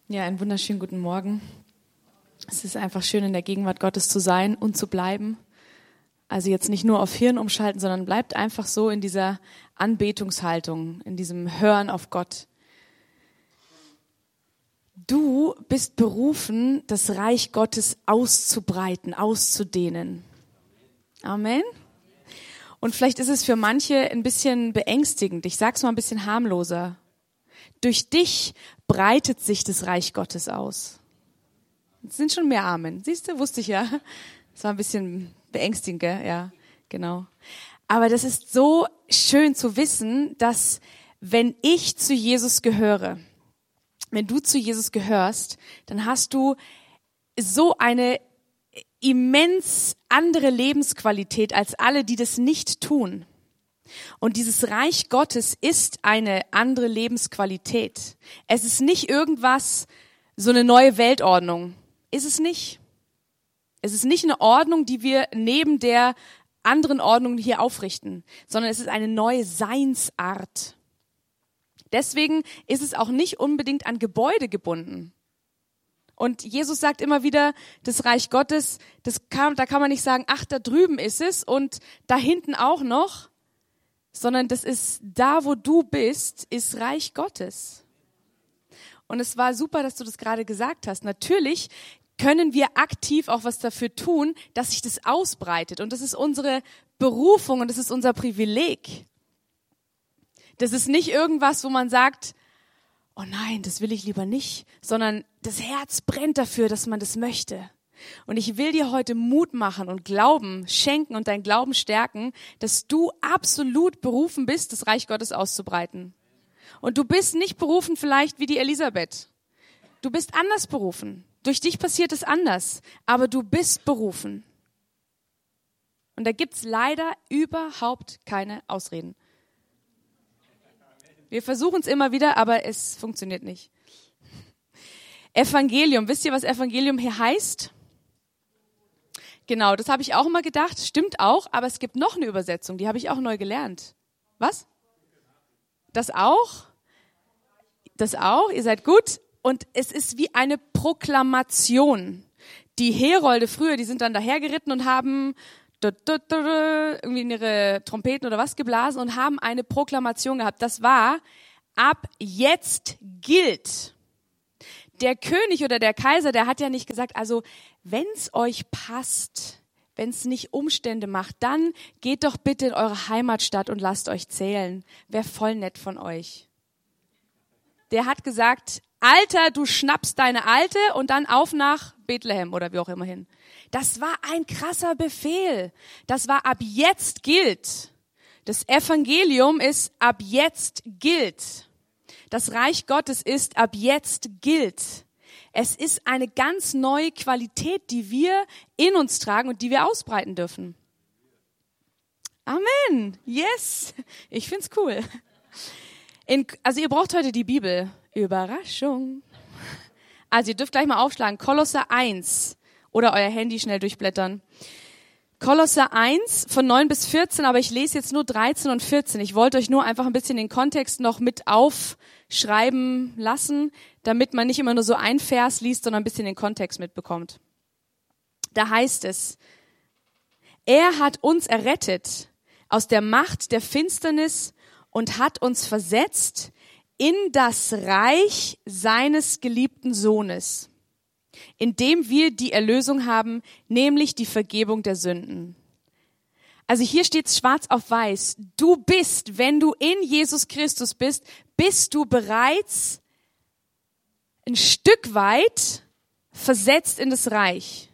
Ja, einen wunderschönen guten Morgen. Es ist einfach schön, in der Gegenwart Gottes zu sein und zu bleiben. Also jetzt nicht nur auf Hirn umschalten, sondern bleibt einfach so in dieser Anbetungshaltung, in diesem Hören auf Gott. Du bist berufen, das Reich Gottes auszubreiten, auszudehnen. Amen. Und vielleicht ist es für manche ein bisschen beängstigend. Ich sag's mal ein bisschen harmloser. Durch dich breitet sich das Reich Gottes aus. Es sind schon mehr Amen. Siehst du, wusste ich ja. Das war ein bisschen beängstigend, gell? Ja, genau. Aber das ist so schön zu wissen, dass wenn ich zu Jesus gehöre, wenn du zu Jesus gehörst, dann hast du so eine immens andere Lebensqualität als alle, die das nicht tun. Und dieses Reich Gottes ist eine andere Lebensqualität. Es ist nicht irgendwas, so eine neue Weltordnung. Ist es nicht. Es ist nicht eine Ordnung, die wir neben der anderen Ordnung hier aufrichten, sondern es ist eine neue Seinsart. Deswegen ist es auch nicht unbedingt an Gebäude gebunden. Und Jesus sagt immer wieder, das Reich Gottes, da kann man nicht sagen, ach, da drüben ist es und da hinten auch noch, sondern das ist da, wo du bist, ist Reich Gottes. Und es war super, dass du das gerade gesagt hast. Natürlich können wir aktiv auch was dafür tun, dass sich das ausbreitet. Und das ist unsere Berufung und das ist unser Privileg. Das ist nicht irgendwas, wo man sagt, oh nein, das will ich lieber nicht, sondern das Herz brennt dafür, dass man das möchte. Und ich will dir heute Mut machen und Glauben schenken und dein Glauben stärken, dass du absolut berufen bist, das Reich Gottes auszubreiten. Und du bist nicht berufen vielleicht wie die Elisabeth. Du bist anders berufen. Durch dich passiert es anders, aber du bist berufen. Und da gibt's leider überhaupt keine Ausreden. Wir versuchen es immer wieder, aber es funktioniert nicht. Evangelium, wisst ihr, was Evangelium hier heißt? Genau, das habe ich auch immer gedacht, stimmt auch, aber es gibt noch eine Übersetzung, die habe ich auch neu gelernt. Was? Das auch? Das auch, ihr seid gut. Und es ist wie eine Proklamation. Die Herolde früher, die sind dann dahergeritten und haben irgendwie in ihre Trompeten oder was geblasen und haben eine Proklamation gehabt. Das war, ab jetzt gilt. Der König oder der Kaiser, der hat ja nicht gesagt, also wenn's euch passt, wenn's nicht Umstände macht, dann geht doch bitte in eure Heimatstadt und lasst euch zählen. Wäre voll nett von euch. Der hat gesagt, Alter, du schnappst deine Alte und dann auf nach Bethlehem oder wie auch immer hin. Das war ein krasser Befehl. Das war ab jetzt gilt. Das Evangelium ist ab jetzt gilt. Das Reich Gottes ist ab jetzt gilt. Es ist eine ganz neue Qualität, die wir in uns tragen und die wir ausbreiten dürfen. Amen. Yes. Ich find's cool. Also ihr braucht heute die Bibel. Überraschung. Also ihr dürft gleich mal aufschlagen. Kolosser 1 oder euer Handy schnell durchblättern. Kolosser 1 von 9 bis 14, aber ich lese jetzt nur 13 und 14. Ich wollte euch nur einfach ein bisschen den Kontext noch mit aufschreiben lassen, damit man nicht immer nur so ein Vers liest, sondern ein bisschen den Kontext mitbekommt. Da heißt es, er hat uns errettet aus der Macht der Finsternis und hat uns versetzt in das Reich seines geliebten Sohnes, in dem wir die Erlösung haben, nämlich die Vergebung der Sünden. Also hier steht es schwarz auf weiß. Du bist, wenn du in Jesus Christus bist, bist du bereits ein Stück weit versetzt in das Reich.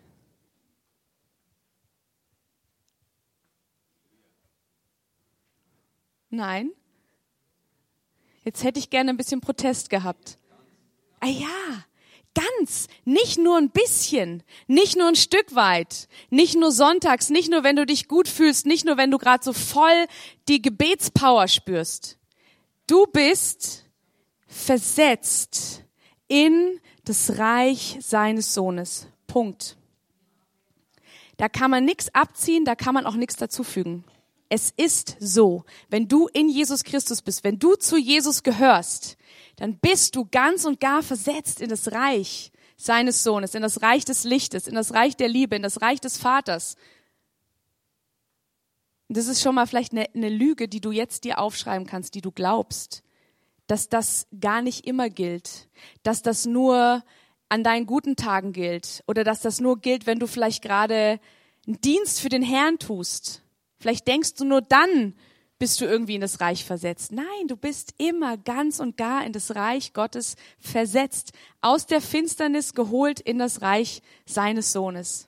Nein. Jetzt hätte ich gerne ein bisschen Protest gehabt. Ah ja, ganz, nicht nur ein bisschen, nicht nur ein Stück weit, nicht nur sonntags, nicht nur, wenn du dich gut fühlst, nicht nur, wenn du gerade so voll die Gebetspower spürst. Du bist versetzt in das Reich seines Sohnes. Punkt. Da kann man nichts abziehen, da kann man auch nichts dazufügen. Es ist so, wenn du in Jesus Christus bist, wenn du zu Jesus gehörst, dann bist du ganz und gar versetzt in das Reich seines Sohnes, in das Reich des Lichtes, in das Reich der Liebe, in das Reich des Vaters. Das ist schon mal vielleicht eine Lüge, die du jetzt dir aufschreiben kannst, die du glaubst, dass das gar nicht immer gilt, dass das nur an deinen guten Tagen gilt oder dass das nur gilt, wenn du vielleicht gerade einen Dienst für den Herrn tust. Vielleicht denkst du, nur dann bist du irgendwie in das Reich versetzt. Nein, du bist immer ganz und gar in das Reich Gottes versetzt, aus der Finsternis geholt in das Reich seines Sohnes.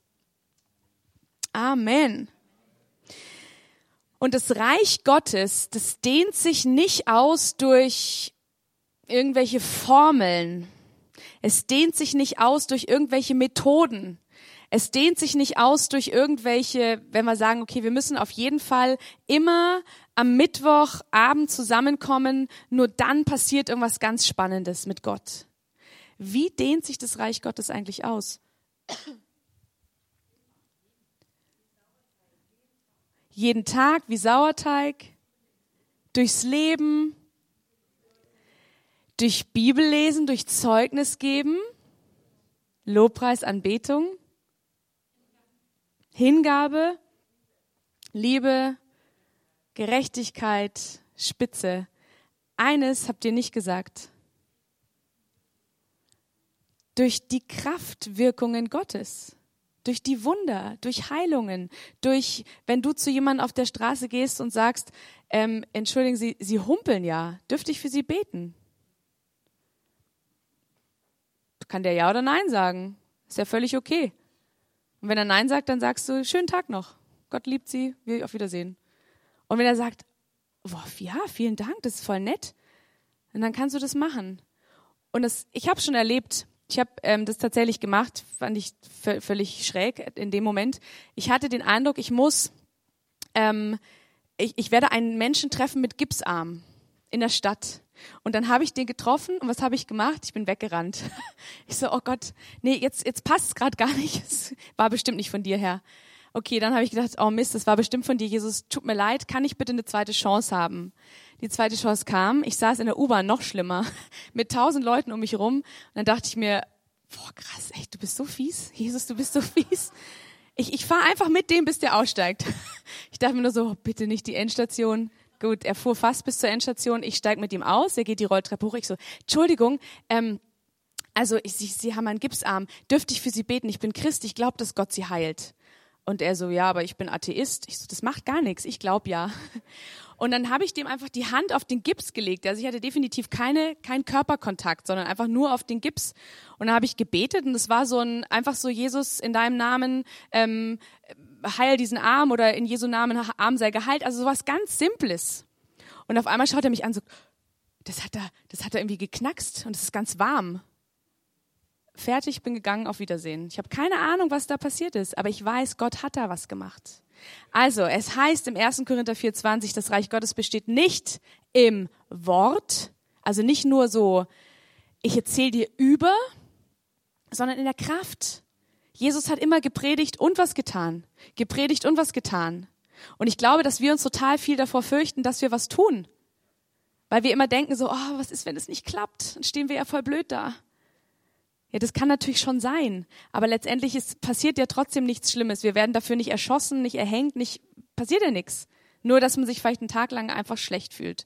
Amen. Und das Reich Gottes, das dehnt sich nicht aus durch irgendwelche Formeln. Es dehnt sich nicht aus durch irgendwelche Methoden. Es dehnt sich nicht aus durch irgendwelche, wenn wir sagen, okay, wir müssen auf jeden Fall immer am Mittwochabend zusammenkommen, nur dann passiert irgendwas ganz Spannendes mit Gott. Wie dehnt sich das Reich Gottes eigentlich aus? Jeden Tag wie Sauerteig, durchs Leben, durch Bibellesen, durch Zeugnis geben, Lobpreis, Anbetung, Hingabe, Liebe, Gerechtigkeit, Spitze. Eines habt ihr nicht gesagt. Durch die Kraftwirkungen Gottes. Durch die Wunder, durch Heilungen, durch, wenn du zu jemandem auf der Straße gehst und sagst, entschuldigen Sie, Sie humpeln ja, dürfte ich für Sie beten? Kann der Ja oder Nein sagen? Ist ja völlig okay. Und wenn er Nein sagt, dann sagst du, schönen Tag noch. Gott liebt Sie, auf Wiedersehen. Und wenn er sagt, boah, ja, vielen Dank, das ist voll nett, und dann kannst du das machen. Und ich habe schon erlebt, ich habe das tatsächlich gemacht, fand ich völlig schräg in dem Moment. Ich hatte den Eindruck, ich werde einen Menschen treffen mit Gipsarm in der Stadt. Und dann habe ich den getroffen und was habe ich gemacht? Ich bin weggerannt. Ich so, oh Gott, nee, jetzt passt es gerade gar nicht. Es war bestimmt nicht von dir her. Okay, dann habe ich gedacht, oh Mist, das war bestimmt von dir, Jesus, tut mir leid, kann ich bitte eine zweite Chance haben? Die zweite Chance kam, ich saß in der U-Bahn, noch schlimmer, mit 1000 Leuten um mich rum. Und dann dachte ich mir, boah krass, echt, du bist so fies, Jesus, du bist so fies. Ich fahre einfach mit dem, bis der aussteigt. Ich dachte mir nur so, bitte nicht die Endstation. Gut, er fuhr fast bis zur Endstation, ich steige mit ihm aus, er geht die Rolltreppe hoch, ich so, Entschuldigung, Sie haben einen Gipsarm, dürfte ich für Sie beten, ich bin Christ, ich glaube, dass Gott Sie heilt. Und er so, ja, aber ich bin Atheist. Ich so, das macht gar nichts, ich glaube ja. Und dann habe ich dem einfach die Hand auf den Gips gelegt. Also ich hatte definitiv keinen Körperkontakt, sondern einfach nur auf den Gips. Und dann habe ich gebetet und es war einfach so, Jesus, in deinem Namen heil diesen Arm oder in Jesu Namen Arm sei geheilt. Also sowas ganz Simples. Und auf einmal schaut er mich an, so, das hat er irgendwie geknackst und es ist ganz warm. Fertig, bin gegangen, auf Wiedersehen. Ich habe keine Ahnung, was da passiert ist, aber ich weiß, Gott hat da was gemacht. Also, es heißt im 1. Korinther 4,20, das Reich Gottes besteht nicht im Wort, also nicht nur so, ich erzähle dir über, sondern in der Kraft. Jesus hat immer gepredigt und was getan. Gepredigt und was getan. Und ich glaube, dass wir uns total viel davor fürchten, dass wir was tun. Weil wir immer denken so, oh, was ist, wenn es nicht klappt? Dann stehen wir ja voll blöd da. Ja, das kann natürlich schon sein, aber letztendlich passiert ja trotzdem nichts Schlimmes. Wir werden dafür nicht erschossen, nicht erhängt, passiert ja nichts. Nur, dass man sich vielleicht einen Tag lang einfach schlecht fühlt.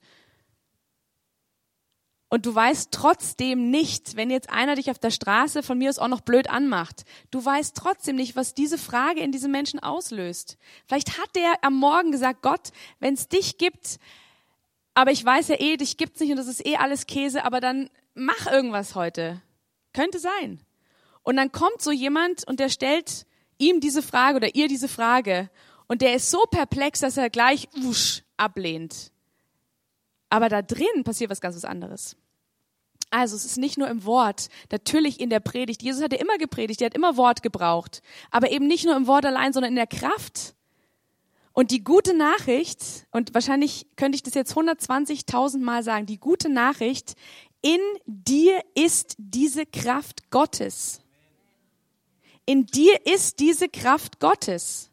Und du weißt trotzdem nicht, wenn jetzt einer dich auf der Straße von mir aus auch noch blöd anmacht, du weißt trotzdem nicht, was diese Frage in diesem Menschen auslöst. Vielleicht hat der am Morgen gesagt, Gott, wenn es dich gibt, aber ich weiß ja dich gibt's nicht und das ist alles Käse, aber dann mach irgendwas heute. Könnte sein. Und dann kommt so jemand und der stellt ihm diese Frage oder ihr diese Frage und der ist so perplex, dass er gleich ablehnt. Aber da drin passiert was anderes. Also es ist nicht nur im Wort, natürlich in der Predigt. Jesus hat ja immer gepredigt, er hat immer Wort gebraucht. Aber eben nicht nur im Wort allein, sondern in der Kraft. Und die gute Nachricht, und wahrscheinlich könnte ich das jetzt 120.000 Mal sagen, die gute Nachricht, in dir ist diese Kraft Gottes. In dir ist diese Kraft Gottes.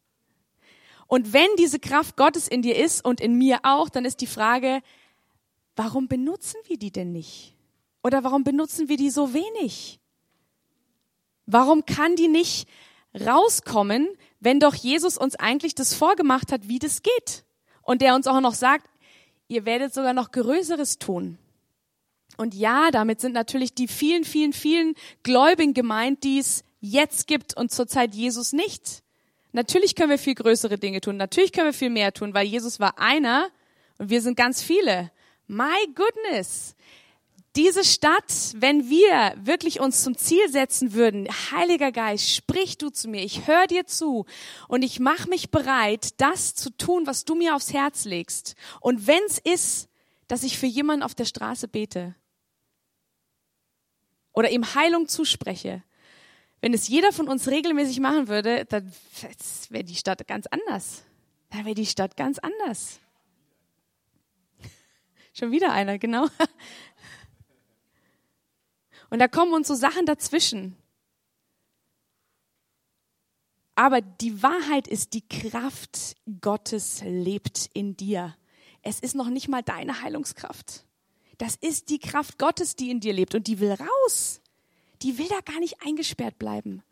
Und wenn diese Kraft Gottes in dir ist und in mir auch, dann ist die Frage, warum benutzen wir die denn nicht? Oder warum benutzen wir die so wenig? Warum kann die nicht rauskommen, wenn doch Jesus uns eigentlich das vorgemacht hat, wie das geht? Und der uns auch noch sagt, ihr werdet sogar noch Größeres tun. Und ja, damit sind natürlich die vielen, vielen, vielen Gläubigen gemeint, die es jetzt gibt und zur Zeit Jesus nicht. Natürlich können wir viel größere Dinge tun, natürlich können wir viel mehr tun, weil Jesus war einer und wir sind ganz viele. My goodness! Diese Stadt, wenn wir wirklich uns zum Ziel setzen würden, Heiliger Geist, sprich du zu mir, ich höre dir zu und ich mache mich bereit, das zu tun, was du mir aufs Herz legst. Und wenn es ist, dass ich für jemanden auf der Straße bete oder ihm Heilung zuspreche, wenn es jeder von uns regelmäßig machen würde, dann wäre die Stadt ganz anders. Dann wäre die Stadt ganz anders. Schon wieder einer, genau. Und da kommen uns so Sachen dazwischen. Aber die Wahrheit ist, die Kraft Gottes lebt in dir. Es ist noch nicht mal deine Heilungskraft. Das ist die Kraft Gottes, die in dir lebt und die will raus. Die will da gar nicht eingesperrt bleiben.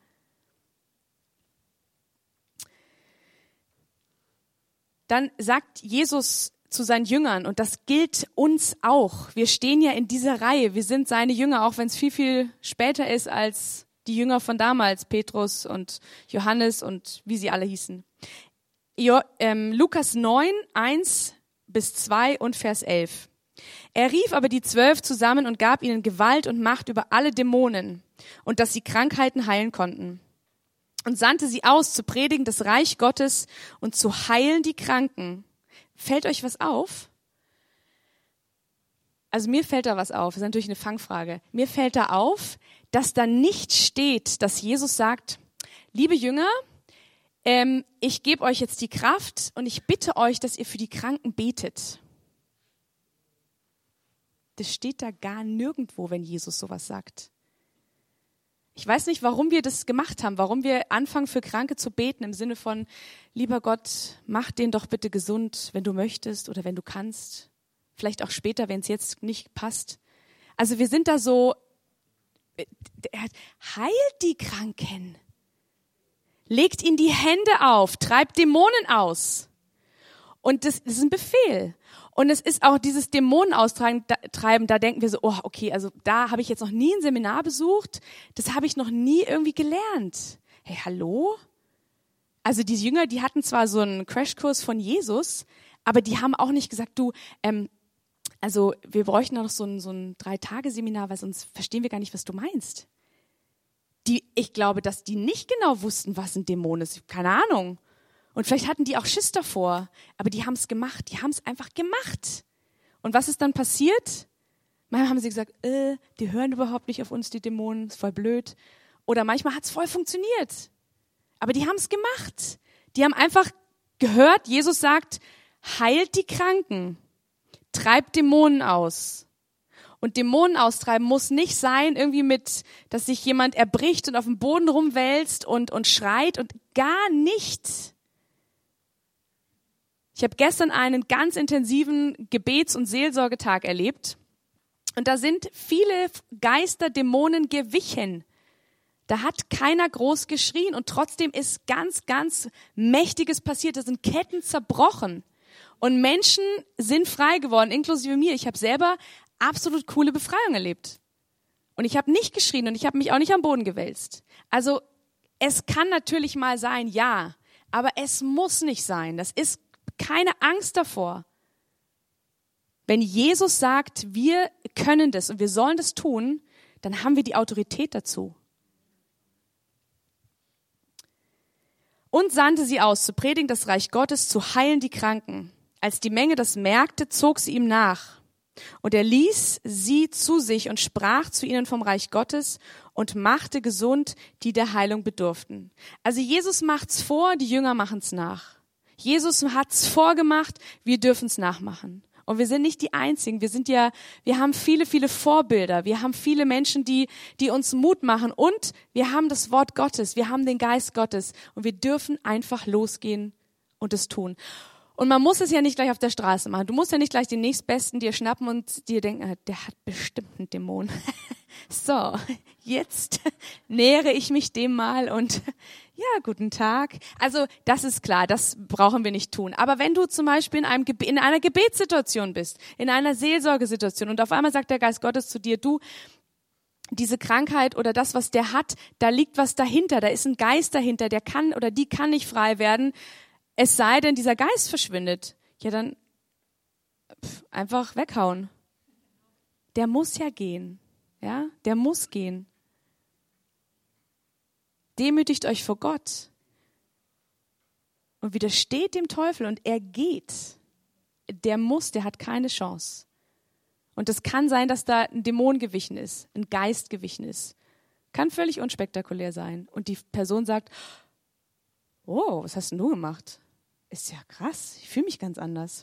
Dann sagt Jesus zu seinen Jüngern, und das gilt uns auch. Wir stehen ja in dieser Reihe, wir sind seine Jünger, auch wenn es viel, viel später ist als die Jünger von damals, Petrus und Johannes und wie sie alle hießen. Lukas 9, 1-2 und Vers 11. Er rief aber die 12 zusammen und gab ihnen Gewalt und Macht über alle Dämonen und dass sie Krankheiten heilen konnten. Und sandte sie aus, zu predigen das Reich Gottes und zu heilen die Kranken. Fällt euch was auf? Also mir fällt da was auf, das ist natürlich eine Fangfrage. Mir fällt da auf, dass da nicht steht, dass Jesus sagt, liebe Jünger, ich gebe euch jetzt die Kraft und ich bitte euch, dass ihr für die Kranken betet. Das steht da gar nirgendwo, wenn Jesus sowas sagt. Ich weiß nicht, warum wir das gemacht haben, warum wir anfangen, für Kranke zu beten im Sinne von, lieber Gott, mach den doch bitte gesund, wenn du möchtest oder wenn du kannst. Vielleicht auch später, wenn es jetzt nicht passt. Also wir sind da so, heilt die Kranken, legt ihnen die Hände auf, treibt Dämonen aus. Und das ist ein Befehl. Und es ist auch dieses Dämonenaustreiben, da denken wir so, oh, okay, also da habe ich jetzt noch nie ein Seminar besucht, das habe ich noch nie irgendwie gelernt. Hey, hallo? Also die Jünger, die hatten zwar so einen Crashkurs von Jesus, aber die haben auch nicht gesagt, du, also wir bräuchten noch so ein 3-Tage-Seminar, weil sonst verstehen wir gar nicht, was du meinst. Ich glaube, dass die nicht genau wussten, was ein Dämon ist, keine Ahnung. Und vielleicht hatten die auch Schiss davor, aber die haben es gemacht, die haben es einfach gemacht. Und was ist dann passiert? Manchmal haben sie gesagt, die hören überhaupt nicht auf uns, die Dämonen, ist voll blöd. Oder manchmal hat es voll funktioniert. Aber die haben es gemacht. Die haben einfach gehört, Jesus sagt, heilt die Kranken, treibt Dämonen aus. Und Dämonen austreiben muss nicht sein, irgendwie mit, dass sich jemand erbricht und auf dem Boden rumwälzt und schreit und gar nicht. Ich habe gestern einen ganz intensiven Gebets- und Seelsorgetag erlebt und da sind viele Geister, Dämonen gewichen. Da hat keiner groß geschrien und trotzdem ist ganz, ganz Mächtiges passiert. Da sind Ketten zerbrochen und Menschen sind frei geworden, inklusive mir. Ich habe selber absolut coole Befreiung erlebt und ich habe nicht geschrien und ich habe mich auch nicht am Boden gewälzt. Also es kann natürlich mal sein, ja, aber es muss nicht sein. Das ist keine Angst davor. Wenn Jesus sagt, wir können das und wir sollen das tun, dann haben wir die Autorität dazu. Und sandte sie aus, zu predigen das Reich Gottes, zu heilen die Kranken. Als die Menge das merkte, zog sie ihm nach. Und er ließ sie zu sich und sprach zu ihnen vom Reich Gottes und machte gesund, die der Heilung bedurften. Also Jesus macht's vor, die Jünger machen's nach. Jesus hat's vorgemacht, wir dürfen's nachmachen. Und wir sind nicht die Einzigen. Wir haben viele, viele Vorbilder. Wir haben viele Menschen, die uns Mut machen. Und wir haben das Wort Gottes. Wir haben den Geist Gottes. Und wir dürfen einfach losgehen und es tun. Und man muss es ja nicht gleich auf der Straße machen. Du musst ja nicht gleich den nächstbesten dir schnappen und dir denken, der hat bestimmt einen Dämon. So, jetzt nähere ich mich dem mal und ja, guten Tag. Also das ist klar, das brauchen wir nicht tun. Aber wenn du zum Beispiel in einer Gebetssituation bist, in einer Seelsorgesituation und auf einmal sagt der Geist Gottes zu dir, du, diese Krankheit oder das, was der hat, da liegt was dahinter, da ist ein Geist dahinter, der kann oder die kann nicht frei werden, es sei denn, dieser Geist verschwindet. Ja, dann einfach weghauen. Der muss ja gehen. Ja, der muss gehen. Demütigt euch vor Gott und widersteht dem Teufel und er geht. Der hat keine Chance. Und es kann sein, dass da ein Dämon gewichen ist, ein Geist gewichen ist. Kann völlig unspektakulär sein. Und die Person sagt, oh, was hast denn du gemacht? Ist ja krass, ich fühle mich ganz anders.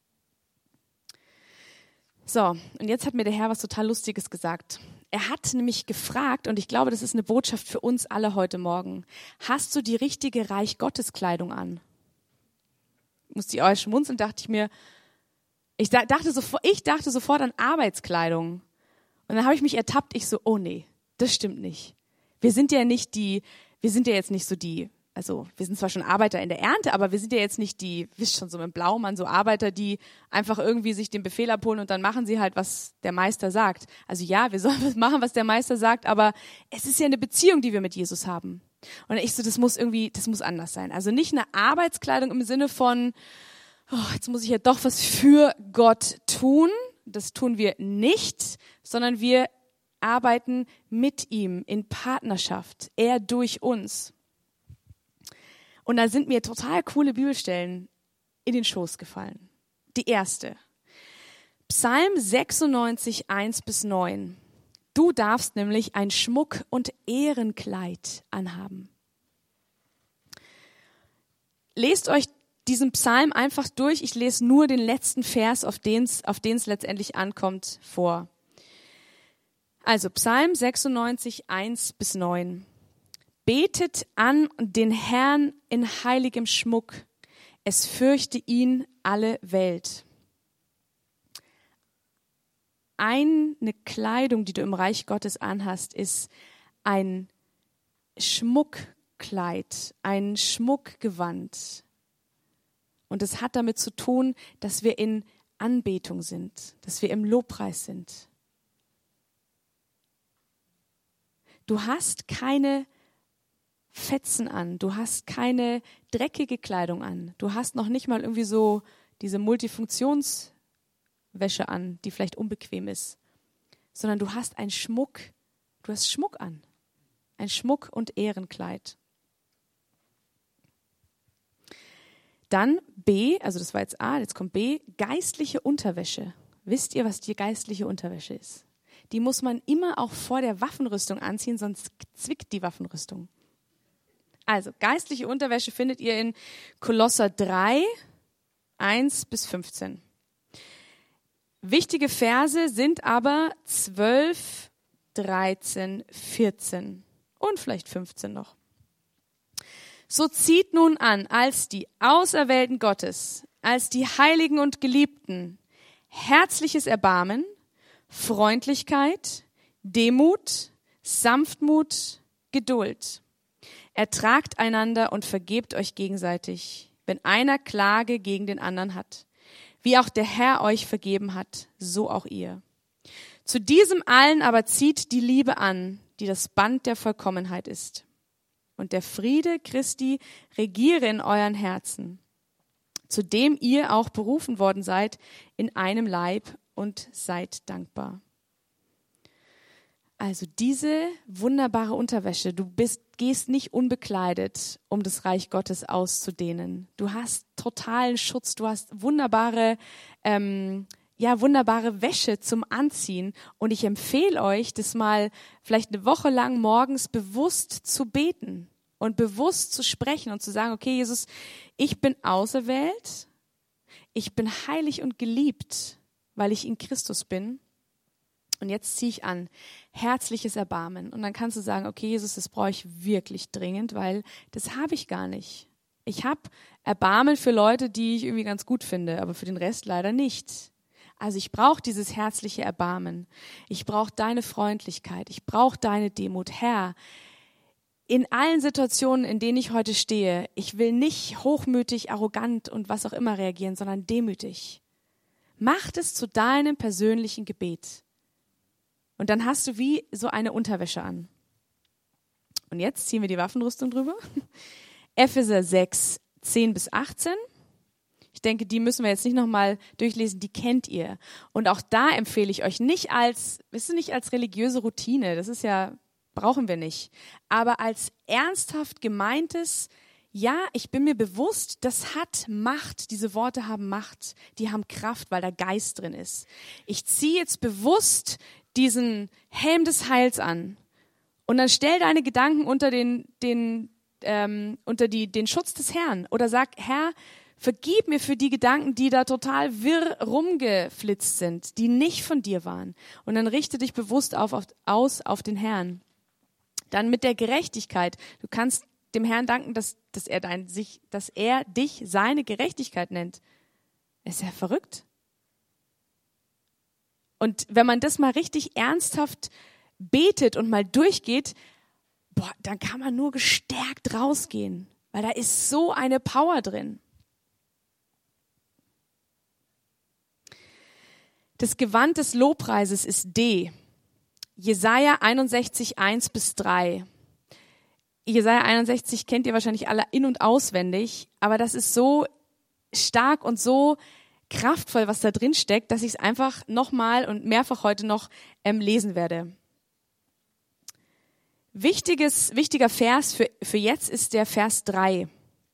So, und jetzt hat mir der Herr was total Lustiges gesagt. Er hat nämlich gefragt, und ich glaube, das ist eine Botschaft für uns alle heute Morgen, hast du die richtige Reich-Gottes-Kleidung an? Musste ich auch schmunzeln, dachte ich mir, ich dachte sofort an Arbeitskleidung. Und dann habe ich mich ertappt, ich so, oh nee, das stimmt nicht. Wir sind ja jetzt nicht so die, also wir sind zwar schon Arbeiter in der Ernte, aber wir sind ja jetzt nicht die, wisst schon so mit Blaumann, so Arbeiter, die einfach irgendwie sich den Befehl abholen und dann machen sie halt, was der Meister sagt. Also ja, wir sollen was machen, was der Meister sagt, aber es ist ja eine Beziehung, die wir mit Jesus haben. Und ich so, das muss anders sein. Also nicht eine Arbeitskleidung im Sinne von, oh, jetzt muss ich ja doch was für Gott tun. Das tun wir nicht, sondern wir arbeiten mit ihm in Partnerschaft, er durch uns. Und da sind mir total coole Bibelstellen in den Schoß gefallen. Die erste, Psalm 96, 1-9. Du darfst nämlich ein Schmuck- und Ehrenkleid anhaben. Lest euch diesen Psalm einfach durch. Ich lese nur den letzten Vers, auf den es letztendlich ankommt, vor. Also Psalm 96, 1-9. Betet an den Herrn in heiligem Schmuck. Es fürchte ihn alle Welt. Eine Kleidung, die du im Reich Gottes anhast, ist ein Schmuckkleid, ein Schmuckgewand. Und es hat damit zu tun, dass wir in Anbetung sind, dass wir im Lobpreis sind. Du hast keine Fetzen an, du hast keine dreckige Kleidung an, du hast noch nicht mal irgendwie so diese Multifunktionswäsche an, die vielleicht unbequem ist, sondern du hast Schmuck an, ein Schmuck- und Ehrenkleid. Dann B, also das war jetzt A, jetzt kommt B, geistliche Unterwäsche. Wisst ihr, was die geistliche Unterwäsche ist? Die muss man immer auch vor der Waffenrüstung anziehen, sonst zwickt die Waffenrüstung. Also, geistliche Unterwäsche findet ihr in Kolosser 3, 1-15. Wichtige Verse sind aber 12, 13, 14 und vielleicht 15 noch. So zieht nun an, als die Auserwählten Gottes, als die Heiligen und Geliebten, herzliches Erbarmen, Freundlichkeit, Demut, Sanftmut, Geduld. Ertragt einander und vergebt euch gegenseitig, wenn einer Klage gegen den anderen hat. Wie auch der Herr euch vergeben hat, so auch ihr. Zu diesem allen aber zieht die Liebe an, die das Band der Vollkommenheit ist. Und der Friede Christi regiere in euren Herzen, zu dem ihr auch berufen worden seid in einem Leib, und seid dankbar. Also diese wunderbare Unterwäsche, du gehst nicht unbekleidet, um das Reich Gottes auszudehnen. Du hast totalen Schutz, du hast wunderbare Wäsche zum Anziehen. Und ich empfehle euch, das mal vielleicht eine Woche lang morgens bewusst zu beten und bewusst zu sprechen und zu sagen, okay, Jesus, ich bin auserwählt, ich bin heilig und geliebt, weil ich in Christus bin. Und jetzt ziehe ich an, herzliches Erbarmen. Und dann kannst du sagen, okay, Jesus, das brauche ich wirklich dringend, weil das habe ich gar nicht. Ich habe Erbarmen für Leute, die ich irgendwie ganz gut finde, aber für den Rest leider nicht. Also ich brauche dieses herzliche Erbarmen. Ich brauche deine Freundlichkeit. Ich brauche deine Demut. Herr, in allen Situationen, in denen ich heute stehe, ich will nicht hochmütig, arrogant und was auch immer reagieren, sondern demütig. Mach es zu deinem persönlichen Gebet. Und dann hast du wie so eine Unterwäsche an. Und jetzt ziehen wir die Waffenrüstung drüber. Epheser 6, 10-18. Ich denke, die müssen wir jetzt nicht nochmal durchlesen, die kennt ihr. Und auch da empfehle ich euch nicht als religiöse Routine, das ist ja, brauchen wir nicht, aber als ernsthaft gemeintes, ja, ich bin mir bewusst, das hat Macht, diese Worte haben Macht, die haben Kraft, weil da Geist drin ist. Ich ziehe jetzt bewusst diesen Helm des Heils an und dann stell deine Gedanken unter den Schutz des Herrn oder sag, Herr, vergib mir für die Gedanken, die da total wirr rumgeflitzt sind, die nicht von dir waren. Und dann richte dich bewusst aus auf den Herrn. Dann mit der Gerechtigkeit. Du kannst dem Herrn danken, dass er dich seine Gerechtigkeit nennt. Ist ja verrückt. Und wenn man das mal richtig ernsthaft betet und mal durchgeht, dann kann man nur gestärkt rausgehen, weil da ist so eine Power drin. Das Gewand des Lobpreises ist D. Jesaja 61, 1-3. Jesaja 61 kennt ihr wahrscheinlich alle in- und auswendig, aber das ist so stark und so kraftvoll, was da drin steckt, dass ich es einfach nochmal und mehrfach heute noch lesen werde. Wichtiger Vers für jetzt ist der Vers 3.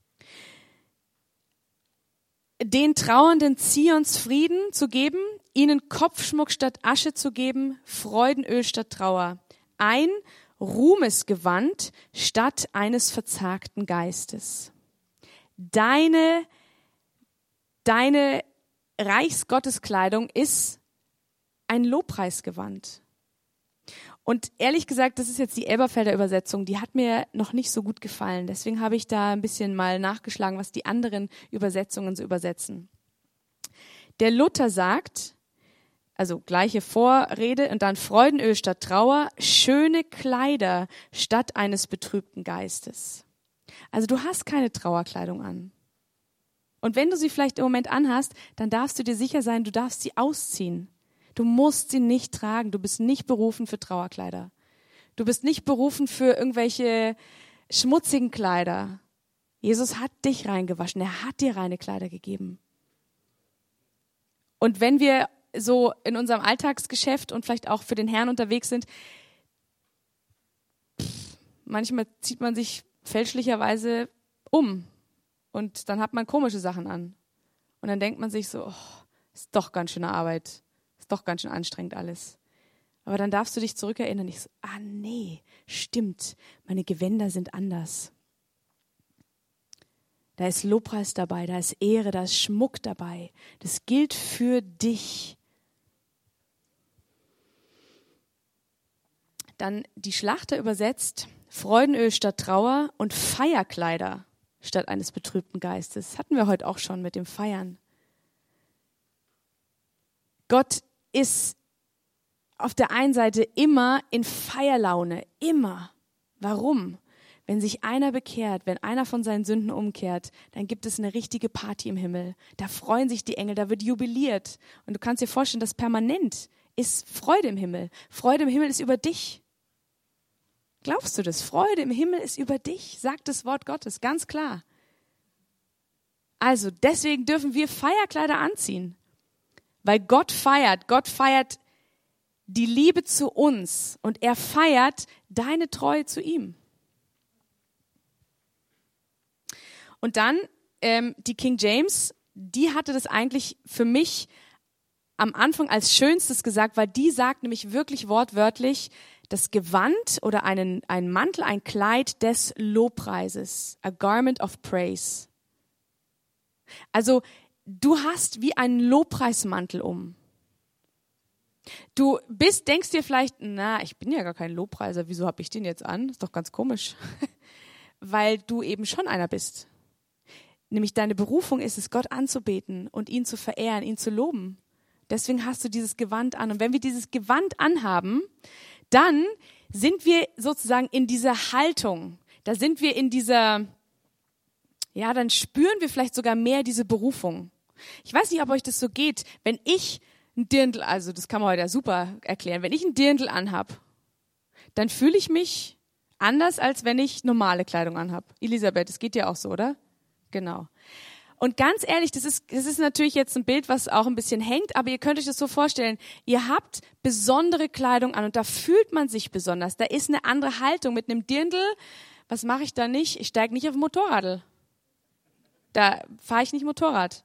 Den Trauernden Zions Frieden zu geben, ihnen Kopfschmuck statt Asche zu geben, Freudenöl statt Trauer, ein Ruhmesgewand statt eines verzagten Geistes. Deine Reichsgotteskleidung ist ein Lobpreisgewand. Und ehrlich gesagt, das ist jetzt die Elberfelder Übersetzung, die hat mir noch nicht so gut gefallen. Deswegen habe ich da ein bisschen mal nachgeschlagen, was die anderen Übersetzungen so übersetzen. Der Luther sagt, also gleiche Vorrede und dann Freudenöl statt Trauer, schöne Kleider statt eines betrübten Geistes. Also du hast keine Trauerkleidung an. Und wenn du sie vielleicht im Moment anhast, dann darfst du dir sicher sein, du darfst sie ausziehen. Du musst sie nicht tragen. Du bist nicht berufen für Trauerkleider. Du bist nicht berufen für irgendwelche schmutzigen Kleider. Jesus hat dich reingewaschen. Er hat dir reine Kleider gegeben. Und wenn wir so in unserem Alltagsgeschäft und vielleicht auch für den Herrn unterwegs sind, manchmal zieht man sich fälschlicherweise um und dann hat man komische Sachen an. Und dann denkt man sich so, ist doch ganz schöne Arbeit. Ist doch ganz schön anstrengend alles. Aber dann darfst du dich zurückerinnern. Ich so, nee, stimmt. Meine Gewänder sind anders. Da ist Lobpreis dabei, da ist Ehre, da ist Schmuck dabei. Das gilt für dich. Dann die Schlachter übersetzt, Freudenöl statt Trauer und Feierkleider statt eines betrübten Geistes. Das hatten wir heute auch schon mit dem Feiern. Gott ist auf der einen Seite immer in Feierlaune, immer. Warum? Wenn sich einer bekehrt, wenn einer von seinen Sünden umkehrt, dann gibt es eine richtige Party im Himmel. Da freuen sich die Engel, da wird jubiliert. Und du kannst dir vorstellen, dass permanent ist Freude im Himmel. Freude im Himmel ist über dich. Glaubst du das? Freude im Himmel ist über dich, sagt das Wort Gottes, ganz klar. Also deswegen dürfen wir Feierkleider anziehen. Weil Gott feiert die Liebe zu uns und er feiert deine Treue zu ihm. Und dann die King James, die hatte das eigentlich für mich am Anfang als Schönstes gesagt, weil die sagt nämlich wirklich wortwörtlich, das Gewand oder ein Mantel, ein Kleid des Lobpreises, a garment of praise. Also du hast wie einen Lobpreismantel um. Du denkst dir vielleicht, ich bin ja gar kein Lobpreiser, wieso habe ich den jetzt an? Ist doch ganz komisch. Weil du eben schon einer bist. Nämlich deine Berufung ist es, Gott anzubeten und ihn zu verehren, ihn zu loben. Deswegen hast du dieses Gewand an. Und wenn wir dieses Gewand anhaben, dann sind wir sozusagen in dieser Haltung. Da sind wir in dieser, ja, dann spüren wir vielleicht sogar mehr diese Berufung. Ich weiß nicht, ob euch das so geht. Wenn ich ein Dirndl, also das kann man heute ja super erklären, wenn ich ein Dirndl anhab, dann fühle ich mich anders, als wenn ich normale Kleidung anhab. Elisabeth, das geht dir auch so, oder? Genau. Und ganz ehrlich, das ist natürlich jetzt ein Bild, was auch ein bisschen hängt, aber ihr könnt euch das so vorstellen, ihr habt besondere Kleidung an und da fühlt man sich besonders. Da ist eine andere Haltung. Mit einem Dirndl, was mache ich da nicht? Ich steige nicht auf ein Motorrad. Da fahre ich nicht Motorrad.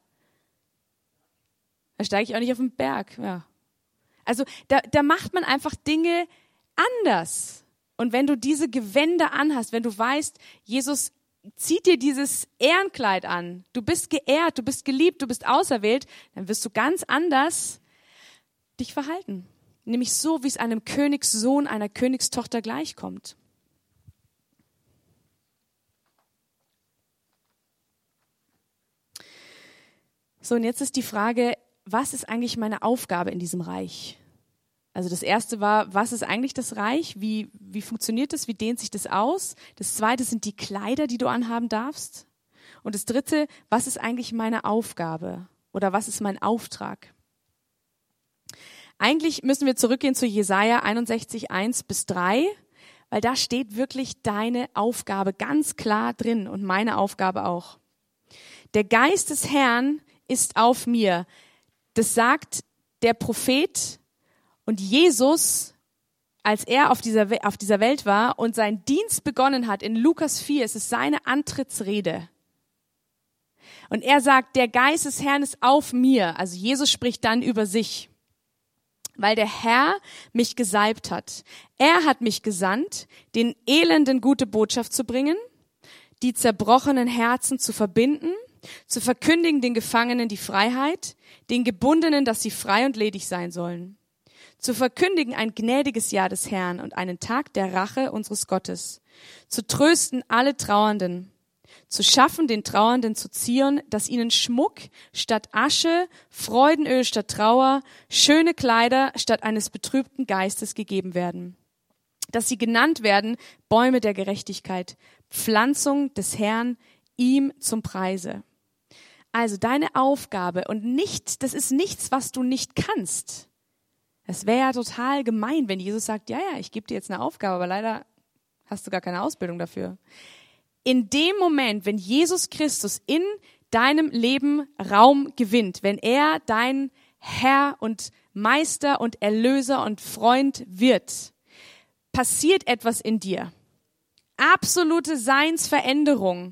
Da steige ich auch nicht auf den Berg. Ja. Also da macht man einfach Dinge anders. Und wenn du diese Gewänder anhast, wenn du weißt, Jesus zieht dir dieses Ehrenkleid an, du bist geehrt, du bist geliebt, du bist auserwählt, dann wirst du ganz anders dich verhalten. Nämlich so, wie es einem Königssohn, einer Königstochter gleichkommt. So, und jetzt ist die Frage, was ist eigentlich meine Aufgabe in diesem Reich? Also das erste war, was ist eigentlich das Reich? Wie funktioniert das? Wie dehnt sich das aus? Das zweite sind die Kleider, die du anhaben darfst. Und das dritte, was ist eigentlich meine Aufgabe? Oder was ist mein Auftrag? Eigentlich müssen wir zurückgehen zu Jesaja 61, 1-3, weil da steht wirklich deine Aufgabe ganz klar drin und meine Aufgabe auch. Der Geist des Herrn ist auf mir. Das sagt der Prophet. Und Jesus, als er auf dieser Welt war und seinen Dienst begonnen hat, in Lukas 4, es ist seine Antrittsrede. Und er sagt, der Geist des Herrn ist auf mir. Also Jesus spricht dann über sich, weil der Herr mich gesalbt hat. Er hat mich gesandt, den Elenden gute Botschaft zu bringen, die zerbrochenen Herzen zu verbinden, zu verkündigen den Gefangenen die Freiheit, den Gebundenen, dass sie frei und ledig sein sollen. Zu verkündigen ein gnädiges Jahr des Herrn und einen Tag der Rache unseres Gottes. Zu trösten alle Trauernden. Zu schaffen, den Trauernden zu Zion, dass ihnen Schmuck statt Asche, Freudenöl statt Trauer, schöne Kleider statt eines betrübten Geistes gegeben werden. Dass sie genannt werden Bäume der Gerechtigkeit, Pflanzung des Herrn, ihm zum Preise. Also deine Aufgabe und das ist nichts, was du nicht kannst. Es wäre ja total gemein, wenn Jesus sagt, ja, ich gebe dir jetzt eine Aufgabe, aber leider hast du gar keine Ausbildung dafür. In dem Moment, wenn Jesus Christus in deinem Leben Raum gewinnt, wenn er dein Herr und Meister und Erlöser und Freund wird, passiert etwas in dir. Absolute Seinsveränderung.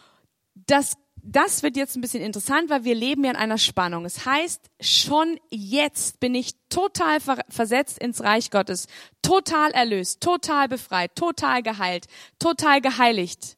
Das wird jetzt ein bisschen interessant, weil wir leben ja in einer Spannung. Es heißt, schon jetzt bin ich total versetzt ins Reich Gottes, total erlöst, total befreit, total geheilt, total geheiligt.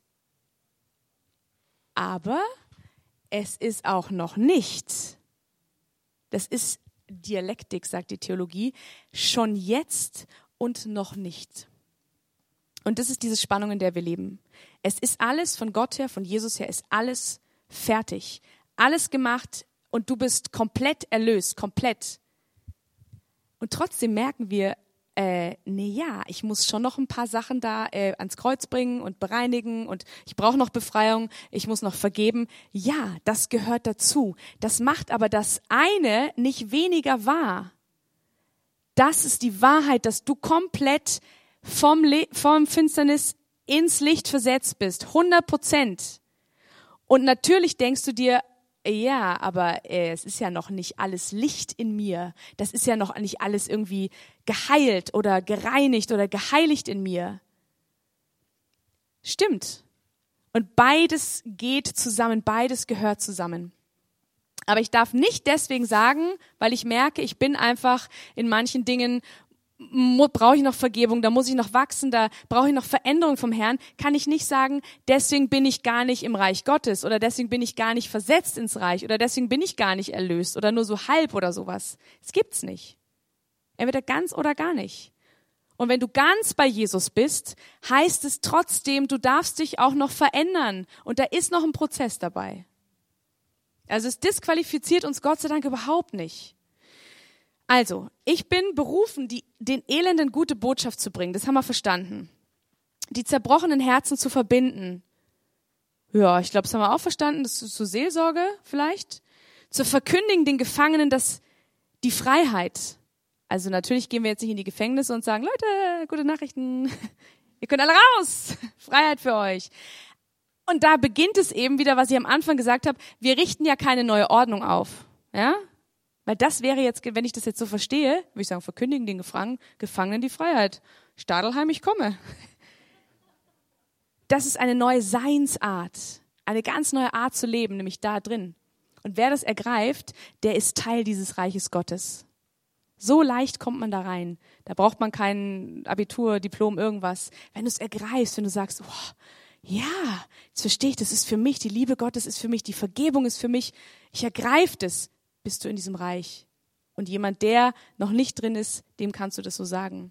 Aber es ist auch noch nicht. Das ist Dialektik, sagt die Theologie, schon jetzt und noch nicht. Und das ist diese Spannung, in der wir leben. Es ist alles von Gott her, von Jesus her, ist alles fertig. Alles gemacht und du bist komplett erlöst, komplett. Und trotzdem merken wir, ich muss schon noch ein paar Sachen da ans Kreuz bringen und bereinigen und ich brauche noch Befreiung, ich muss noch vergeben. Ja, das gehört dazu. Das macht aber das eine nicht weniger wahr. Das ist die Wahrheit, dass du komplett vom Finsternis ins Licht versetzt bist, 100%. Und natürlich denkst du dir, ja, aber es ist ja noch nicht alles Licht in mir. Das ist ja noch nicht alles irgendwie geheilt oder gereinigt oder geheiligt in mir. Stimmt. Und beides geht zusammen, beides gehört zusammen. Aber ich darf nicht deswegen sagen, weil ich merke, ich bin einfach in manchen Dingen, brauche ich noch Vergebung, da muss ich noch wachsen, da brauche ich noch Veränderung vom Herrn, kann ich nicht sagen, deswegen bin ich gar nicht im Reich Gottes oder deswegen bin ich gar nicht versetzt ins Reich oder deswegen bin ich gar nicht erlöst oder nur so halb oder sowas. Das gibt's nicht. Entweder ganz oder gar nicht. Und wenn du ganz bei Jesus bist, heißt es trotzdem, du darfst dich auch noch verändern und da ist noch ein Prozess dabei. Also es disqualifiziert uns Gott sei Dank überhaupt nicht. Also, ich bin berufen, den Elenden gute Botschaft zu bringen. Das haben wir verstanden. Die zerbrochenen Herzen zu verbinden. Ja, ich glaube, das haben wir auch verstanden. Das ist zur Seelsorge vielleicht. Zu verkündigen den Gefangenen die Freiheit. Also natürlich gehen wir jetzt nicht in die Gefängnisse und sagen, Leute, gute Nachrichten. Ihr könnt alle raus. Freiheit für euch. Und da beginnt es eben wieder, was ich am Anfang gesagt habe. Wir richten ja keine neue Ordnung auf. Ja? Weil das wäre jetzt, wenn ich das jetzt so verstehe, würde ich sagen, verkündigen den Gefangenen die Freiheit. Stadelheim, ich komme. Das ist eine neue Seinsart. Eine ganz neue Art zu leben, nämlich da drin. Und wer das ergreift, der ist Teil dieses Reiches Gottes. So leicht kommt man da rein. Da braucht man kein Abitur, Diplom, irgendwas. Wenn du es ergreifst, wenn du sagst, oh, ja, jetzt verstehe ich, das ist für mich, die Liebe Gottes ist für mich, die Vergebung ist für mich. Ich ergreife das, bist du in diesem Reich. Und jemand, der noch nicht drin ist, dem kannst du das so sagen.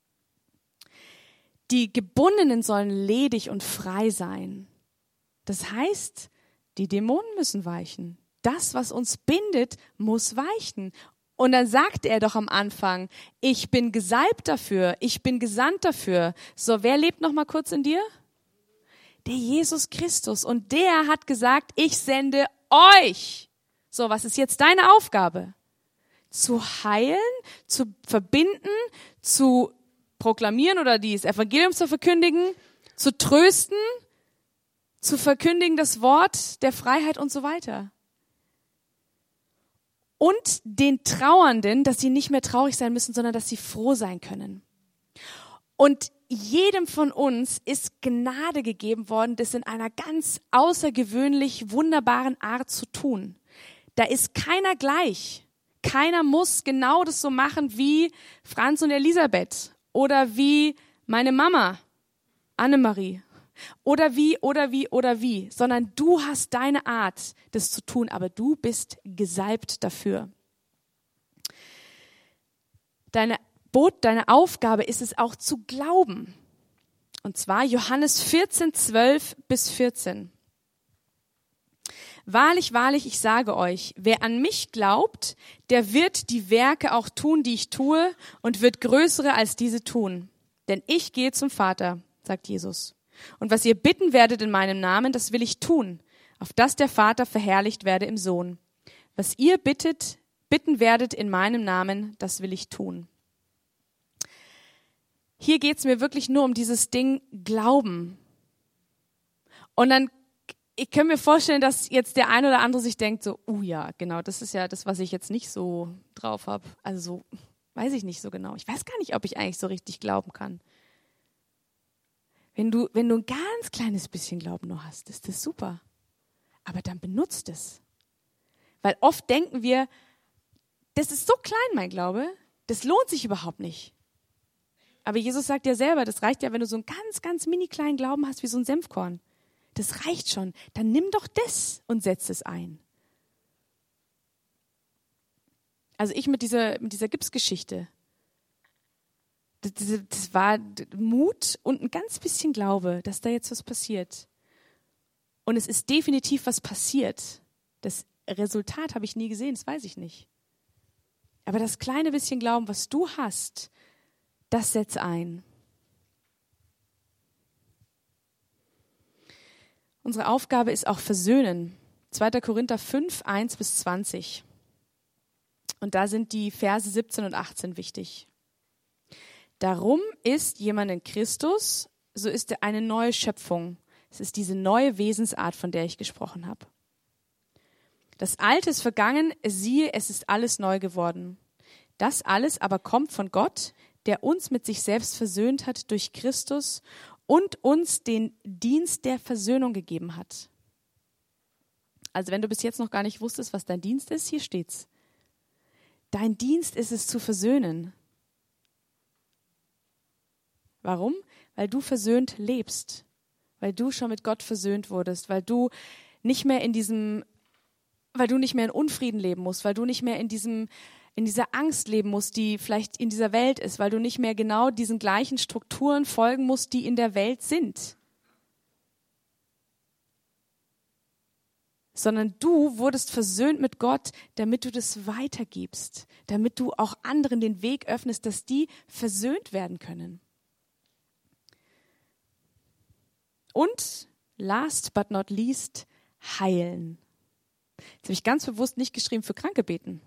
Die Gebundenen sollen ledig und frei sein. Das heißt, die Dämonen müssen weichen. Das, was uns bindet, muss weichen. Und dann sagte er doch am Anfang, ich bin gesalbt dafür, ich bin gesandt dafür. So, wer lebt noch mal kurz in dir? Der Jesus Christus. Und der hat gesagt, ich sende euch. So, was ist jetzt deine Aufgabe? Zu heilen, zu verbinden, zu proklamieren oder das Evangelium zu verkündigen, zu trösten, zu verkündigen das Wort der Freiheit und so weiter. Und den Trauernden, dass sie nicht mehr traurig sein müssen, sondern dass sie froh sein können. Und jedem von uns ist Gnade gegeben worden, das in einer ganz außergewöhnlich wunderbaren Art zu tun. Da ist keiner gleich. Keiner muss genau das so machen wie Franz und Elisabeth oder wie meine Mama, Annemarie. Oder wie, sondern du hast deine Art, das zu tun, aber du bist gesalbt dafür. Deine Aufgabe ist es auch zu glauben. Und zwar Johannes 14, 12 bis 14. Wahrlich, wahrlich, ich sage euch, wer an mich glaubt, der wird die Werke auch tun, die ich tue, und wird größere als diese tun. Denn ich gehe zum Vater, sagt Jesus. Und was ihr bitten werdet in meinem Namen, das will ich tun, auf dass der Vater verherrlicht werde im Sohn. Was ihr bitten werdet in meinem Namen, das will ich tun. Hier geht's mir wirklich nur um dieses Ding Glauben. Und dann, ich kann mir vorstellen, dass jetzt der ein oder andere sich denkt so, ja, genau, das ist ja das, was ich jetzt nicht so drauf habe. Also so, weiß ich nicht so genau. Ich weiß gar nicht, ob ich eigentlich so richtig glauben kann. Wenn du ein ganz kleines bisschen Glauben nur hast, ist das super. Aber dann benutzt es. Weil oft denken wir, das ist so klein, mein Glaube, das lohnt sich überhaupt nicht. Aber Jesus sagt ja selber, das reicht ja, wenn du so einen ganz, ganz mini kleinen Glauben hast wie so ein Senfkorn. Das reicht schon. Dann nimm doch das und setz es ein. Also ich mit dieser Gipsgeschichte. Das war Mut und ein ganz bisschen Glaube, dass da jetzt was passiert. Und es ist definitiv was passiert. Das Resultat habe ich nie gesehen, das weiß ich nicht. Aber das kleine bisschen Glauben, was du hast, das setz ein. Unsere Aufgabe ist auch versöhnen. 2. Korinther 5, 1 bis 20. Und da sind die Verse 17 und 18 wichtig. Darum ist jemand in Christus, so ist er eine neue Schöpfung. Es ist diese neue Wesensart, von der ich gesprochen habe. Das Alte ist vergangen, siehe, es ist alles neu geworden. Das alles aber kommt von Gott, der uns mit sich selbst versöhnt hat durch Christus und uns den Dienst der Versöhnung gegeben hat. Also wenn du bis jetzt noch gar nicht wusstest, was dein Dienst ist, hier steht's. Dein Dienst ist es zu versöhnen. Warum? Weil du versöhnt lebst, weil du schon mit Gott versöhnt wurdest, weil du nicht mehr in Unfrieden leben musst, weil du nicht mehr in dieser Angst leben musst, die vielleicht in dieser Welt ist, weil du nicht mehr genau diesen gleichen Strukturen folgen musst, die in der Welt sind. sondern du wurdest versöhnt mit Gott, damit du das weitergibst, damit du auch anderen den Weg öffnest, dass die versöhnt werden können. Und last but not least, heilen. Jetzt habe ich ganz bewusst nicht geschrieben für Kranke beten.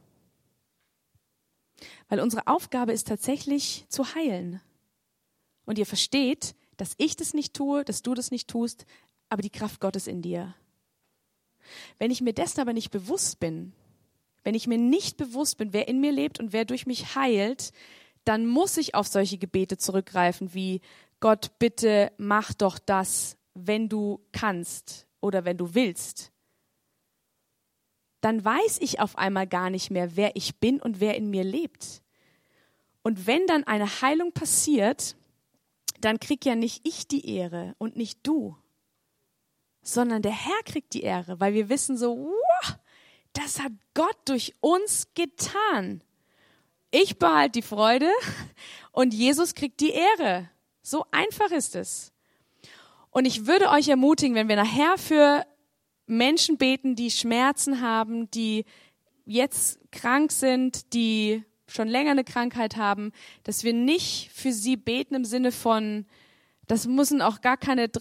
Weil unsere Aufgabe ist tatsächlich zu heilen. Und ihr versteht, dass ich das nicht tue, dass du das nicht tust, aber die Kraft Gottes in dir. Wenn ich mir dessen aber nicht bewusst bin, wenn ich mir nicht bewusst bin, wer in mir lebt und wer durch mich heilt, dann muss ich auf solche Gebete zurückgreifen wie: Gott, bitte mach doch das, wenn du kannst oder wenn du willst. Dann weiß ich auf einmal gar nicht mehr, wer ich bin und wer in mir lebt. Und wenn dann eine Heilung passiert, dann krieg ja nicht ich die Ehre und nicht du, sondern der Herr kriegt die Ehre, weil wir wissen so, wow, das hat Gott durch uns getan. Ich behalte die Freude und Jesus kriegt die Ehre. So einfach ist es. Und ich würde euch ermutigen, wenn wir nachher für Menschen beten, die Schmerzen haben, die jetzt krank sind, die schon länger eine Krankheit haben, dass wir nicht für sie beten im Sinne von, das müssen auch gar keine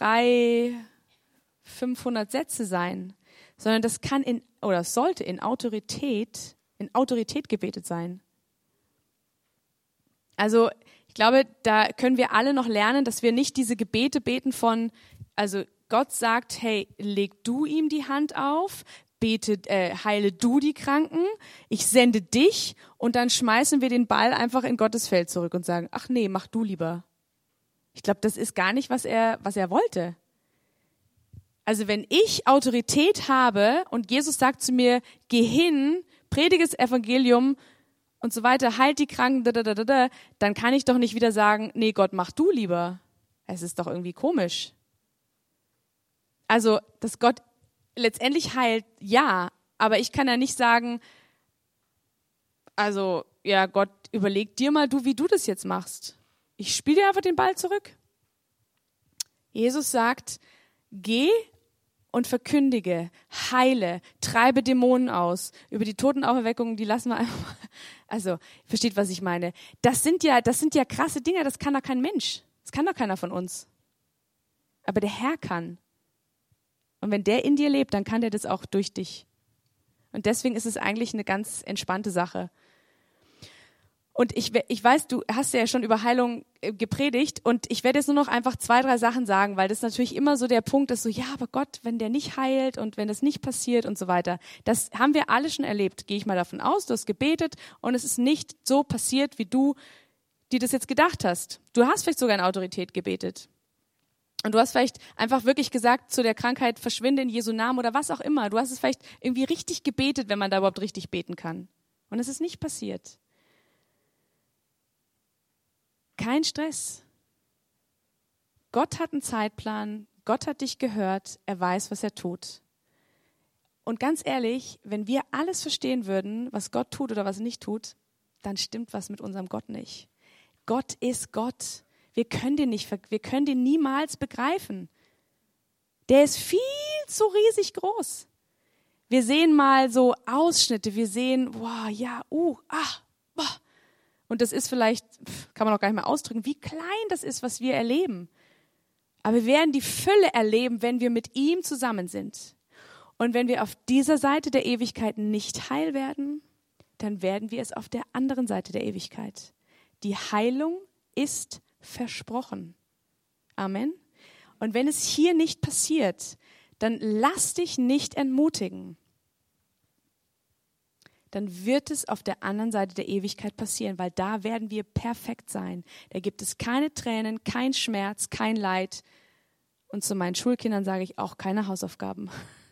500 Sätze sein, sondern das kann sollte in Autorität gebetet sein. Also ich glaube, da können wir alle noch lernen, dass wir nicht diese Gebete beten von, also Gott sagt, hey, leg du ihm die Hand auf, heile du die Kranken, ich sende dich und dann schmeißen wir den Ball einfach in Gottes Feld zurück und sagen, ach nee, mach du lieber. Ich glaube, das ist gar nicht, was er wollte. Also wenn ich Autorität habe und Jesus sagt zu mir, geh hin, predige das Evangelium und so weiter, halt die Kranken, dann kann ich doch nicht wieder sagen, nee, Gott, mach du lieber. Es ist doch irgendwie komisch. Also, dass Gott letztendlich heilt, ja, aber ich kann ja nicht sagen, also, ja, Gott, überleg dir mal wie du das jetzt machst. Ich spiele dir einfach den Ball zurück. Jesus sagt, geh und verkündige, heile, treibe Dämonen aus. Über die Totenauferweckung, die lassen wir einfach, also, versteht, was ich meine. Das sind ja krasse Dinge, das kann doch kein Mensch. Das kann doch keiner von uns. Aber der Herr kann. Und wenn der in dir lebt, dann kann der das auch durch dich. Und deswegen ist es eigentlich eine ganz entspannte Sache. Und ich weiß, du hast ja schon über Heilung gepredigt und ich werde jetzt nur noch einfach 2, 3 Sachen sagen, weil das natürlich immer so der Punkt ist, so ja, aber Gott, wenn der nicht heilt und wenn das nicht passiert und so weiter. Das haben wir alle schon erlebt, gehe ich mal davon aus. Du hast gebetet und es ist nicht so passiert, wie du dir das jetzt gedacht hast. Du hast vielleicht sogar in Autorität gebetet. Und du hast vielleicht einfach wirklich gesagt, zu der Krankheit verschwinde in Jesu Namen oder was auch immer. Du hast es vielleicht irgendwie richtig gebetet, wenn man da überhaupt richtig beten kann. Und es ist nicht passiert. Kein Stress. Gott hat einen Zeitplan, Gott hat dich gehört, er weiß, was er tut. Und ganz ehrlich, wenn wir alles verstehen würden, was Gott tut oder was er nicht tut, dann stimmt was mit unserem Gott nicht. Gott ist Gott. Wir können den niemals begreifen. Der ist viel zu riesig groß. Wir sehen mal so Ausschnitte, wir sehen, wow, ja, boah. Und das ist vielleicht, kann man auch gar nicht mehr ausdrücken, wie klein das ist, was wir erleben. Aber wir werden die Fülle erleben, wenn wir mit ihm zusammen sind. Und wenn wir auf dieser Seite der Ewigkeit nicht heil werden, dann werden wir es auf der anderen Seite der Ewigkeit. Die Heilung ist versprochen. Amen. Und wenn es hier nicht passiert, dann lass dich nicht entmutigen. Dann wird es auf der anderen Seite der Ewigkeit passieren, weil da werden wir perfekt sein. Da gibt es keine Tränen, kein Schmerz, kein Leid. Und zu meinen Schulkindern sage ich auch keine Hausaufgaben.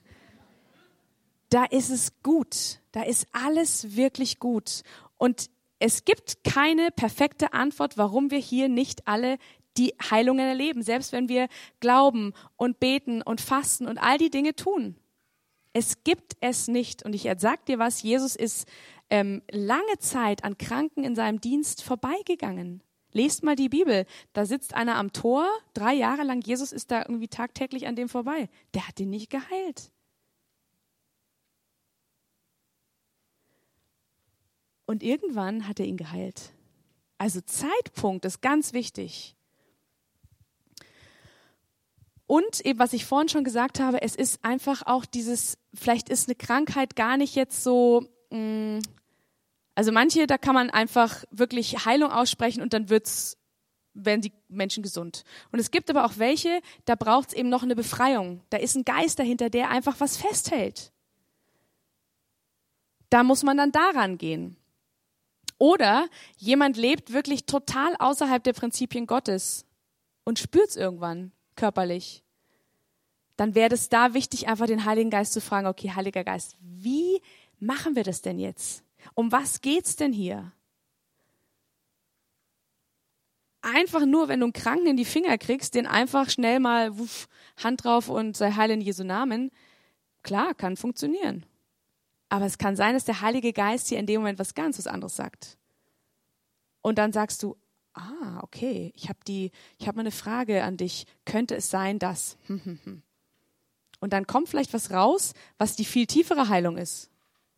Da ist es gut. Da ist alles wirklich gut. Und es gibt keine perfekte Antwort, warum wir hier nicht alle die Heilungen erleben, selbst wenn wir glauben und beten und fasten und all die Dinge tun. Es gibt es nicht. Und ich sage dir was, Jesus ist lange Zeit an Kranken in seinem Dienst vorbeigegangen. Lest mal die Bibel. Da sitzt einer am Tor, 3 Jahre lang, Jesus ist da irgendwie tagtäglich an dem vorbei. Der hat ihn nicht geheilt. Und irgendwann hat er ihn geheilt. Also Zeitpunkt ist ganz wichtig. Und eben, was ich vorhin schon gesagt habe, es ist einfach auch dieses, vielleicht ist eine Krankheit gar nicht jetzt so, also manche, da kann man einfach wirklich Heilung aussprechen und dann werden die Menschen gesund. Und es gibt aber auch welche, da braucht es eben noch eine Befreiung. Da ist ein Geist dahinter, der einfach was festhält. Da muss man dann daran gehen. Oder jemand lebt wirklich total außerhalb der Prinzipien Gottes und spürt es irgendwann körperlich. Dann wäre es da wichtig, einfach den Heiligen Geist zu fragen, okay, Heiliger Geist, wie machen wir das denn jetzt? Um was geht's denn hier? Einfach nur, wenn du einen Kranken in die Finger kriegst, den einfach schnell mal Hand drauf und sei heil in Jesu Namen. Klar, kann funktionieren. Aber es kann sein, dass der Heilige Geist dir in dem Moment was ganz anderes sagt. Und dann sagst du, okay, ich habe mal eine Frage an dich. Könnte es sein, dass? Und dann kommt vielleicht was raus, was die viel tiefere Heilung ist.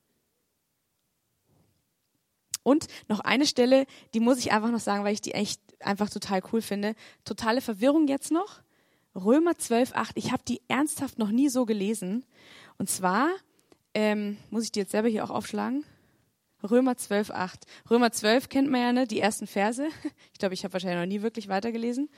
Und noch eine Stelle, die muss ich einfach noch sagen, weil ich die echt einfach total cool finde. Totale Verwirrung jetzt noch. Römer 12,8. Ich habe die ernsthaft noch nie so gelesen. Und zwar, muss ich die jetzt selber hier auch aufschlagen? Römer 12,8. Römer 12 kennt man ja, ne? Die ersten Verse. Ich glaube, ich habe wahrscheinlich noch nie wirklich weitergelesen.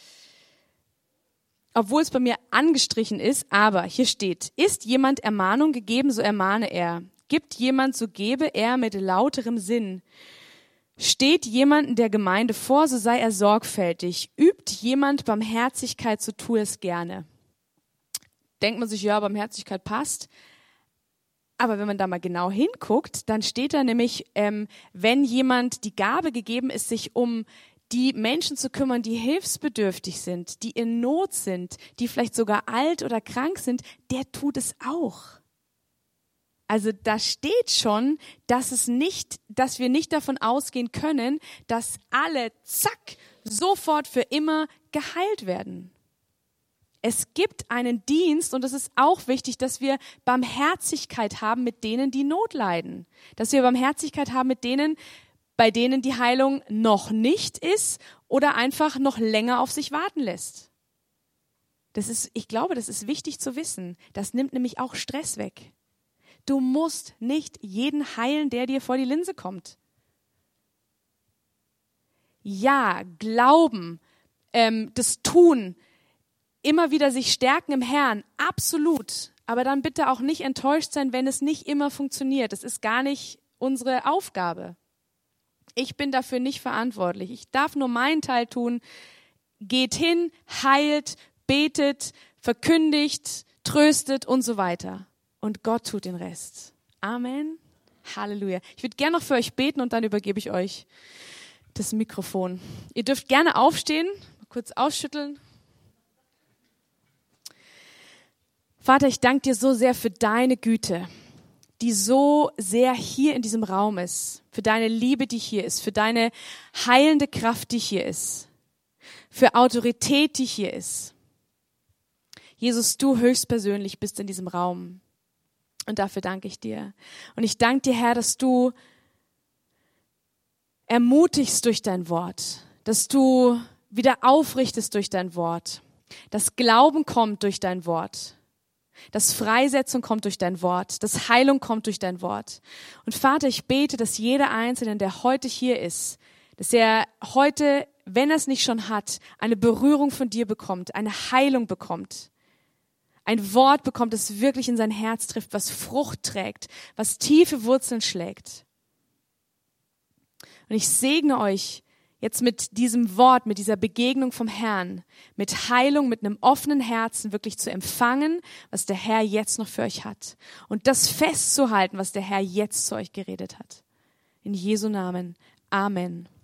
Obwohl es bei mir angestrichen ist, aber hier steht, ist jemand Ermahnung gegeben, so ermahne er. Gibt jemand, so gebe er mit lauterem Sinn. Steht jemand in der Gemeinde vor, so sei er sorgfältig. Übt jemand Barmherzigkeit, so tue es gerne. Denkt man sich, ja, Barmherzigkeit passt. Aber wenn man da mal genau hinguckt, dann steht da nämlich, wenn jemand die Gabe gegeben ist, sich um die Menschen zu kümmern, die hilfsbedürftig sind, die in Not sind, die vielleicht sogar alt oder krank sind, der tut es auch. Also da steht schon, dass wir nicht davon ausgehen können, dass alle, zack, sofort für immer geheilt werden. Es gibt einen Dienst und es ist auch wichtig, dass wir Barmherzigkeit haben mit denen, die Not leiden. Dass wir Barmherzigkeit haben mit denen, bei denen die Heilung noch nicht oder einfach noch länger auf sich warten lässt. Ich glaube, das ist wichtig zu wissen. Das nimmt nämlich auch Stress weg. Du musst nicht jeden heilen, der dir vor die Linse kommt. Ja, Glauben, das Tun, immer wieder sich stärken im Herrn, absolut. Aber dann bitte auch nicht enttäuscht sein, wenn es nicht immer funktioniert. Das ist gar nicht unsere Aufgabe. Ich bin dafür nicht verantwortlich. Ich darf nur meinen Teil tun. Geht hin, heilt, betet, verkündigt, tröstet und so weiter. Und Gott tut den Rest. Amen. Halleluja. Ich würde gerne noch für euch beten und dann übergebe ich euch das Mikrofon. Ihr dürft gerne aufstehen, mal kurz ausschütteln. Vater, ich danke dir so sehr für deine Güte, die so sehr hier in diesem Raum ist, für deine Liebe, die hier ist, für deine heilende Kraft, die hier ist, für Autorität, die hier ist. Jesus, du höchstpersönlich bist in diesem Raum und dafür danke ich dir. Und ich danke dir, Herr, dass du ermutigst durch dein Wort, dass du wieder aufrichtest durch dein Wort, dass Glauben kommt durch dein Wort, dass Freisetzung kommt durch dein Wort, dass Heilung kommt durch dein Wort. Und Vater, ich bete, dass jeder Einzelne, der heute hier ist, dass er heute, wenn er es nicht schon hat, eine Berührung von dir bekommt, eine Heilung bekommt, ein Wort bekommt, das wirklich in sein Herz trifft, was Frucht trägt, was tiefe Wurzeln schlägt. Und ich segne euch jetzt mit diesem Wort, mit dieser Begegnung vom Herrn, mit Heilung, mit einem offenen Herzen wirklich zu empfangen, was der Herr jetzt noch für euch hat. Und das festzuhalten, was der Herr jetzt zu euch geredet hat. In Jesu Namen. Amen.